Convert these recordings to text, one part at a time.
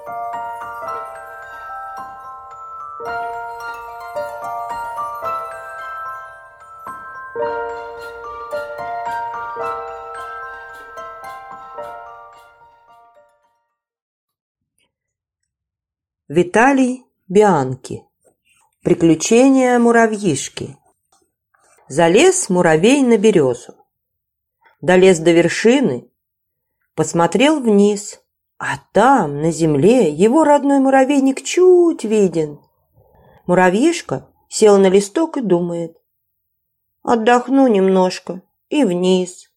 Виталий Бианки. Приключения муравьишки. Залез муравей на березу. Долез до вершины, посмотрел вниз, а там, на земле, его родной муравейник чуть виден. Муравьишка сел на листок и думает: отдохну немножко и вниз.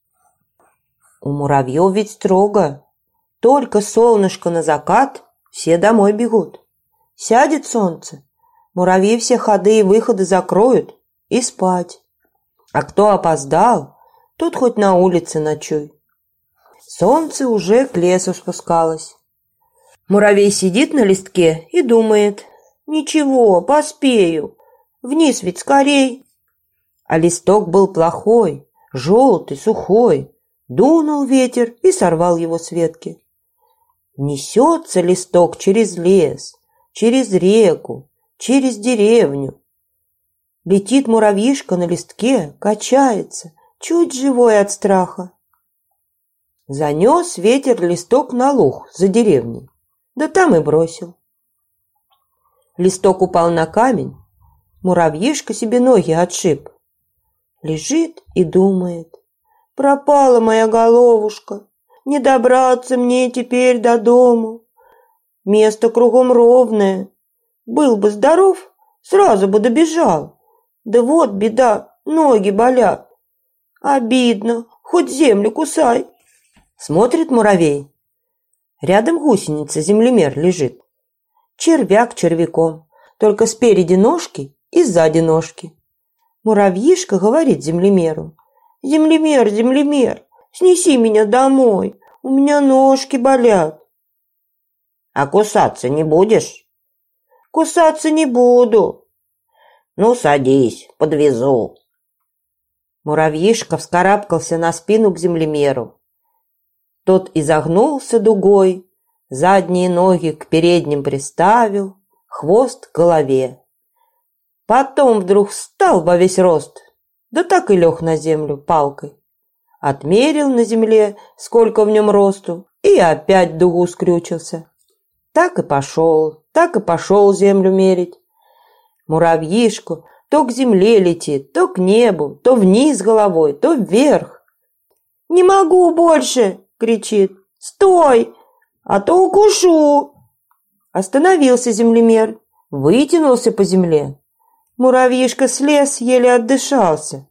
У муравьев ведь строго. Только солнышко на закат, все домой бегут. Сядет солнце, муравьи все ходы и выходы закроют и спать. А кто опоздал, тот хоть на улице ночуй. Солнце уже к лесу спускалось. Муравей сидит на листке и думает: ничего, поспею, вниз ведь скорей. А листок был плохой, желтый, сухой. Дунул ветер и сорвал его с ветки. Несется листок через лес, через реку, через деревню. Летит муравьишка на листке, качается, чуть живой от страха. Занес ветер листок на луг за деревней, да там и бросил. Листок упал на камень, муравьишка себе ноги отшиб. Лежит и думает: пропала моя головушка, не добраться мне теперь до дому. Место кругом ровное. Был бы здоров, сразу бы добежал. Да вот беда, ноги болят. Обидно, хоть землю кусай. Смотрит муравей. Рядом гусеница-землемер лежит. Червяк червяком, только спереди ножки и сзади ножки. Муравьишка говорит землемеру: землемер, землемер, снеси меня домой, у меня ножки болят. А кусаться не будешь? Кусаться не буду. Ну, садись, подвезу. Муравьишка вскарабкался на спину к землемеру. Тот изогнулся дугой, задние ноги к передним приставил, хвост к голове. Потом вдруг встал во весь рост, да так и лег на землю палкой. Отмерил на земле, сколько в нем росту, и опять дугу скрючился. Так и пошел землю мерить. Муравьишку то к земле летит, то к небу, то вниз головой, то вверх. «Не могу больше!» — кричит. «Стой, а то укушу!» Остановился землемер, вытянулся по земле. Муравьишка слез, еле отдышался.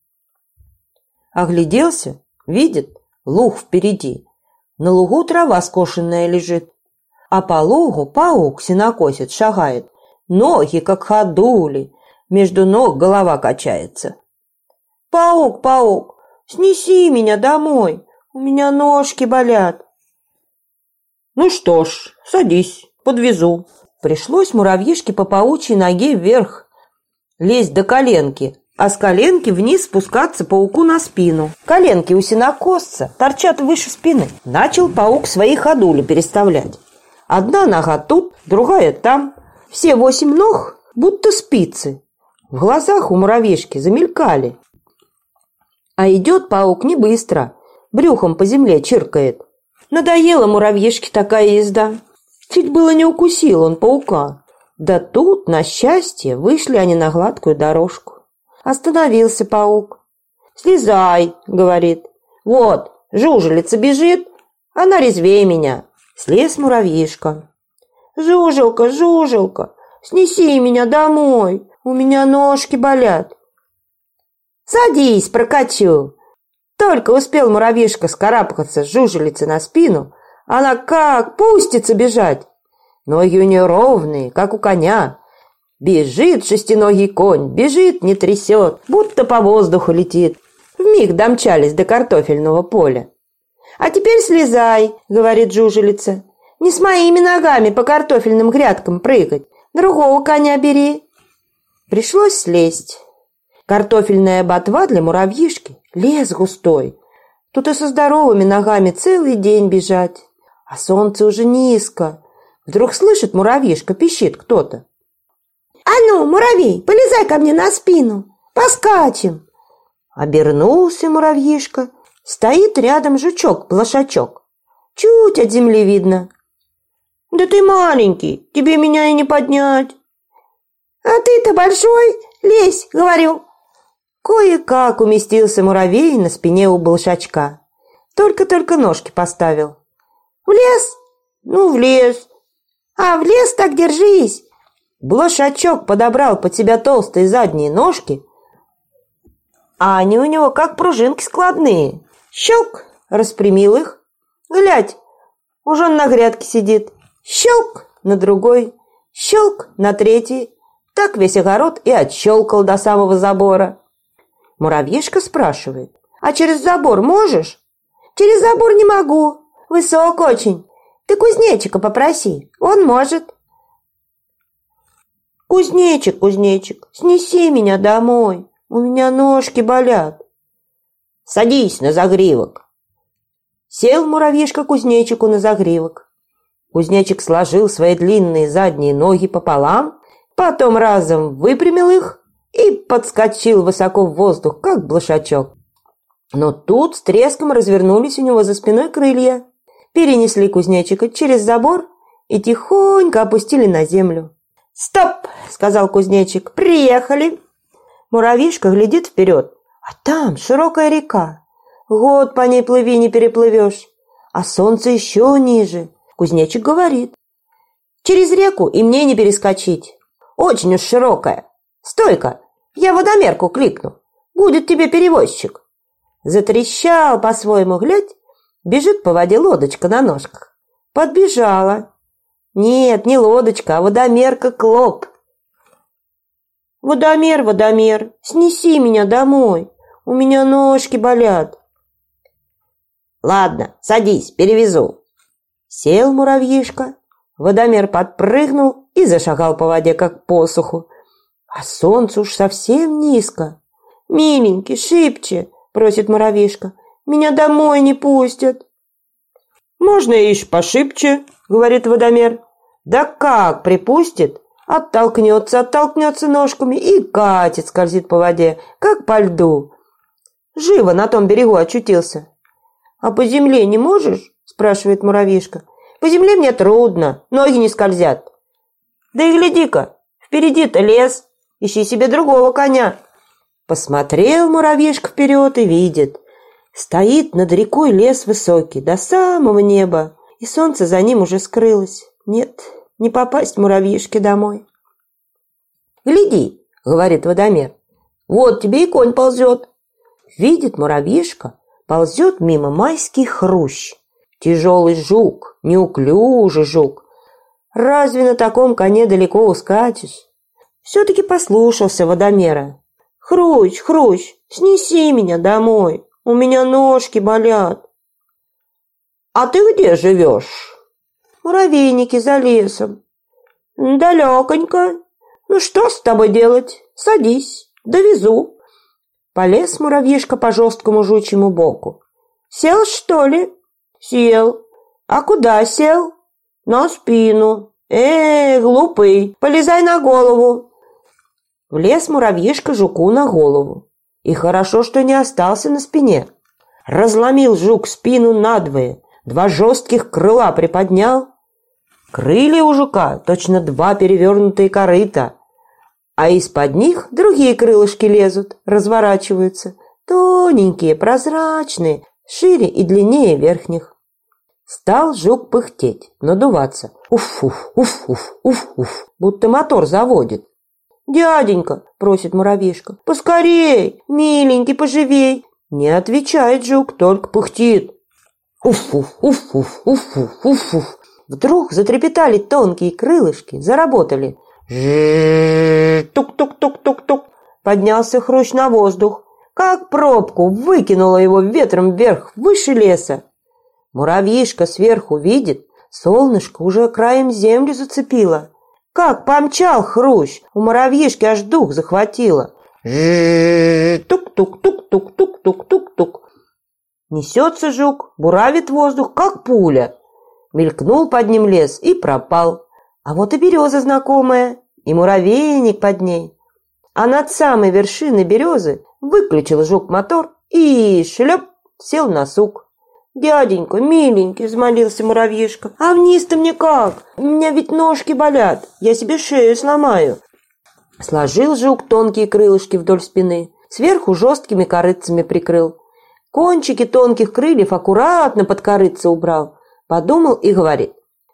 Огляделся, видит, луг впереди. На лугу трава скошенная лежит, а по лугу паук сенокосит, шагает. Ноги, как ходули, между ног голова качается. «Паук, паук, снеси меня домой, у меня ножки болят». «Ну что ж, садись, подвезу». Пришлось муравьишке по паучьей ноге вверх лезть до коленки, а с коленки вниз спускаться пауку на спину. Коленки у сенокосца торчат выше спины. Начал паук свои ходули переставлять. Одна нога тут, другая там. Все 8 ног будто спицы. В глазах у муравьишки замелькали. А идет паук не быстро, брюхом по земле чиркает. Надоела муравьишке такая езда. Чуть было не укусил он паука. Да тут, на счастье, вышли они на гладкую дорожку. Остановился паук. «Слезай», — говорит. «Вот, жужелица бежит, она резвее меня». Слез муравьишка. «Жужелка, жужелка, снеси меня домой, у меня ножки болят». «Садись, прокачу». Только успел муравьишка скарабкаться с жужелицы на спину, она как пустится бежать. Ноги у нее ровные, как у коня. Бежит шестиногий конь, бежит, не трясет, будто по воздуху летит. Вмиг домчались до картофельного поля. «А теперь слезай», — говорит жужелица. «Не с моими ногами по картофельным грядкам прыгать. Другого коня бери». Пришлось слезть. Картофельная ботва для муравьишки — лес густой. Тут и со здоровыми ногами целый день бежать. А солнце уже низко. Вдруг слышит муравьишка, пищит кто-то. «А ну, муравей, полезай ко мне на спину, поскачем!» Обернулся муравьишка. Стоит рядом жучок-блошачок. Чуть от земли видно. «Да ты маленький, тебе меня и не поднять!» «А ты-то большой, лезь, говорю!» Кое-как уместился муравей на спине у блошачка. Только-только ножки поставил. «В лес?» «Ну, в лес!» «А в лес так держись!» Блошачок подобрал под себя толстые задние ножки, а они у него как пружинки складные. Щелк, распрямил их. Глядь, уже он на грядке сидит. Щелк на другой, щелк на третий. Так весь огород и отщелкал до самого забора. Муравьишка спрашивает: «А через забор можешь?» «Через забор не могу, высок очень. Ты кузнечика попроси, он может». «Кузнечик, кузнечик, снеси меня домой, у меня ножки болят». «Садись на загривок». Сел муравьишка кузнечику на загривок. Кузнечик сложил свои длинные задние ноги пополам, потом разом выпрямил их и подскочил высоко в воздух, как блошачок. Но тут с треском развернулись у него за спиной крылья, перенесли кузнечика через забор и тихонько опустили на землю. «Стоп!» — сказал кузнечик. «Приехали!» Муравьишка глядит вперед, а там широкая река. Год по ней плыви, не переплывешь, а солнце еще ниже. Кузнечик говорит: «Через реку и мне не перескочить. Очень уж широкая. Стой-ка, я водомерку кликну. Будет тебе перевозчик». Затрещал по-своему, глядь, бежит по воде лодочка на ножках. Подбежала. Нет, не лодочка, а водомерка Клоп. «Водомер, водомер, снеси меня домой, у меня ножки болят». «Ладно, садись, перевезу». Сел муравьишка, водомер подпрыгнул и зашагал по воде, как по суху. А солнце уж совсем низко. «Миленький, шибче», — просит муравьишка, — «меня домой не пустят». «Можно ишь пошибче», — говорит водомер. «Да как припустит? Оттолкнется ножками и катит, скользит по воде, как по льду». Живо на том берегу очутился. «А по земле не можешь?» — спрашивает муравьишка. «По земле мне трудно, ноги не скользят». «Да и гляди-ка, впереди-то лес, ищи себе другого коня». Посмотрел муравьишка вперед и видит. Стоит над рекой лес высокий, до самого неба, и солнце за ним уже скрылось. Нет, не попасть муравьишке домой. «Гляди», — говорит водомер, — «вот тебе и конь ползет». Видит муравьишка, ползет мимо майский хрущ. Тяжелый жук, неуклюжий жук. Разве на таком коне далеко ускачешь? Все-таки послушался водомера. «Хрущ, хрущ, снеси меня домой, у меня ножки болят». «А ты где живешь?» «Муравейники за лесом». «Далеконько. Ну что с тобой делать? Садись, довезу». Полез муравьишка по жесткому жучьему боку. «Сел, что ли?» «Сел». «А куда сел?» «На спину». Глупый, полезай на голову». Влез муравьишка жуку на голову. И хорошо, что не остался на спине. Разломил жук спину надвое, два жестких крыла приподнял. Крылья у жука точно два перевернутые корыта, а из-под них другие крылышки лезут, разворачиваются, тоненькие, прозрачные, шире и длиннее верхних. Стал жук пыхтеть, надуваться. Уф-уф, уф-уф, уф-уф, будто мотор заводит. «Дяденька», — просит муравьишка, — «поскорей, миленький, поживей». Не отвечает жук, только пыхтит. Уф-уф, уф-уф, уф-уф, уф-уф. Вдруг затрепетали тонкие крылышки, заработали. Тук-тук-тук-тук-тук. Поднялся хрущ на воздух. Как пробку выкинуло его ветром вверх, выше леса. Муравьишка сверху видит, солнышко уже краем землю зацепило. Как помчал хрущ, у муравьишки аж дух захватило. Тук-тук-тук-тук-тук-тук-тук-тук. Несется жук, буравит воздух, как пуля. Мелькнул под ним лес и пропал. А вот и береза знакомая, и муравейник под ней. А над самой вершиной березы выключил жук мотор и шлеп сел на сук. «Дяденька, миленький», — взмолился муравьишка, — «а вниз-то мне как? У меня ведь ножки болят, я себе шею сломаю». Сложил жук тонкие крылышки вдоль спины, сверху жесткими корытцами прикрыл. Кончики тонких крыльев аккуратно под корытце убрал. Подумал и говорит: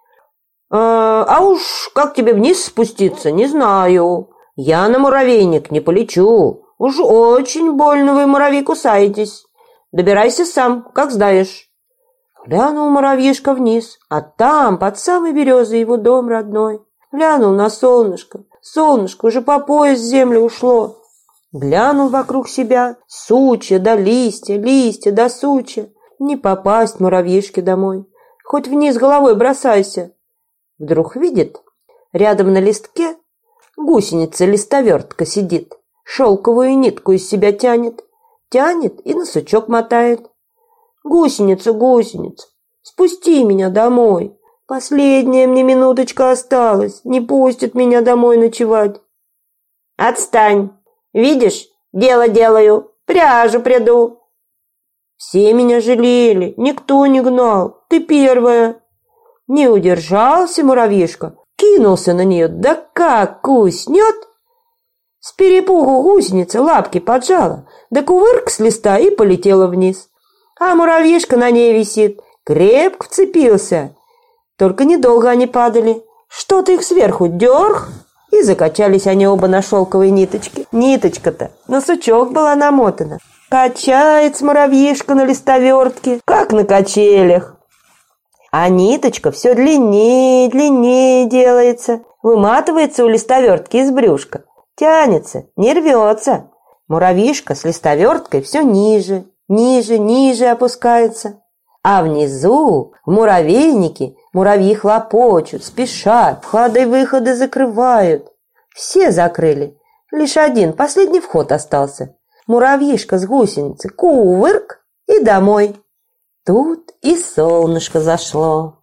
«А уж как тебе вниз спуститься, не знаю. Я на муравейник не полечу. Уж очень больно вы, муравьи, кусаетесь. Добирайся сам, как знаешь». Глянул муравьишка вниз, а там, под самой березой, его дом родной. Глянул на солнышко. Солнышко уже по пояс в землю ушло. Глянул вокруг себя. Сучья да листья, листья да сучья. Не попасть муравьишке домой. Хоть вниз головой бросайся. Вдруг видит, рядом на листке гусеница-листовертка сидит. Шелковую нитку из себя тянет. Тянет и на сучок мотает. «Гусеница, гусеница, спусти меня домой. Последняя мне минуточка осталась. Не пустит меня домой ночевать». «Отстань. Видишь, дело делаю. Пряжу приду». Все меня жалели, никто не гнал. Ты первая. Не удержался муравьишка, кинулся на нее. Да как куснет! С перепугу гусеница лапки поджала, да кувырк с листа и полетела вниз. А муравьишка на ней висит, крепко вцепился. Только недолго они падали. Что-то их сверху дерг, и закачались они оба на шелковой ниточке. Ниточка-то на сучок была намотана. Качается муравьишка на листовертке, как на качелях. А ниточка все длиннее, длиннее делается, выматывается у листовертки из брюшка, тянется, не рвется. Муравьишка с листоверткой все ниже, ниже, ниже опускается. А внизу, в муравейнике, муравьи хлопочут, спешат, входы-выходы закрывают. Все закрыли, лишь один, последний вход остался. Муравьишка с гусеницей кувырк и домой. Тут и солнышко зашло.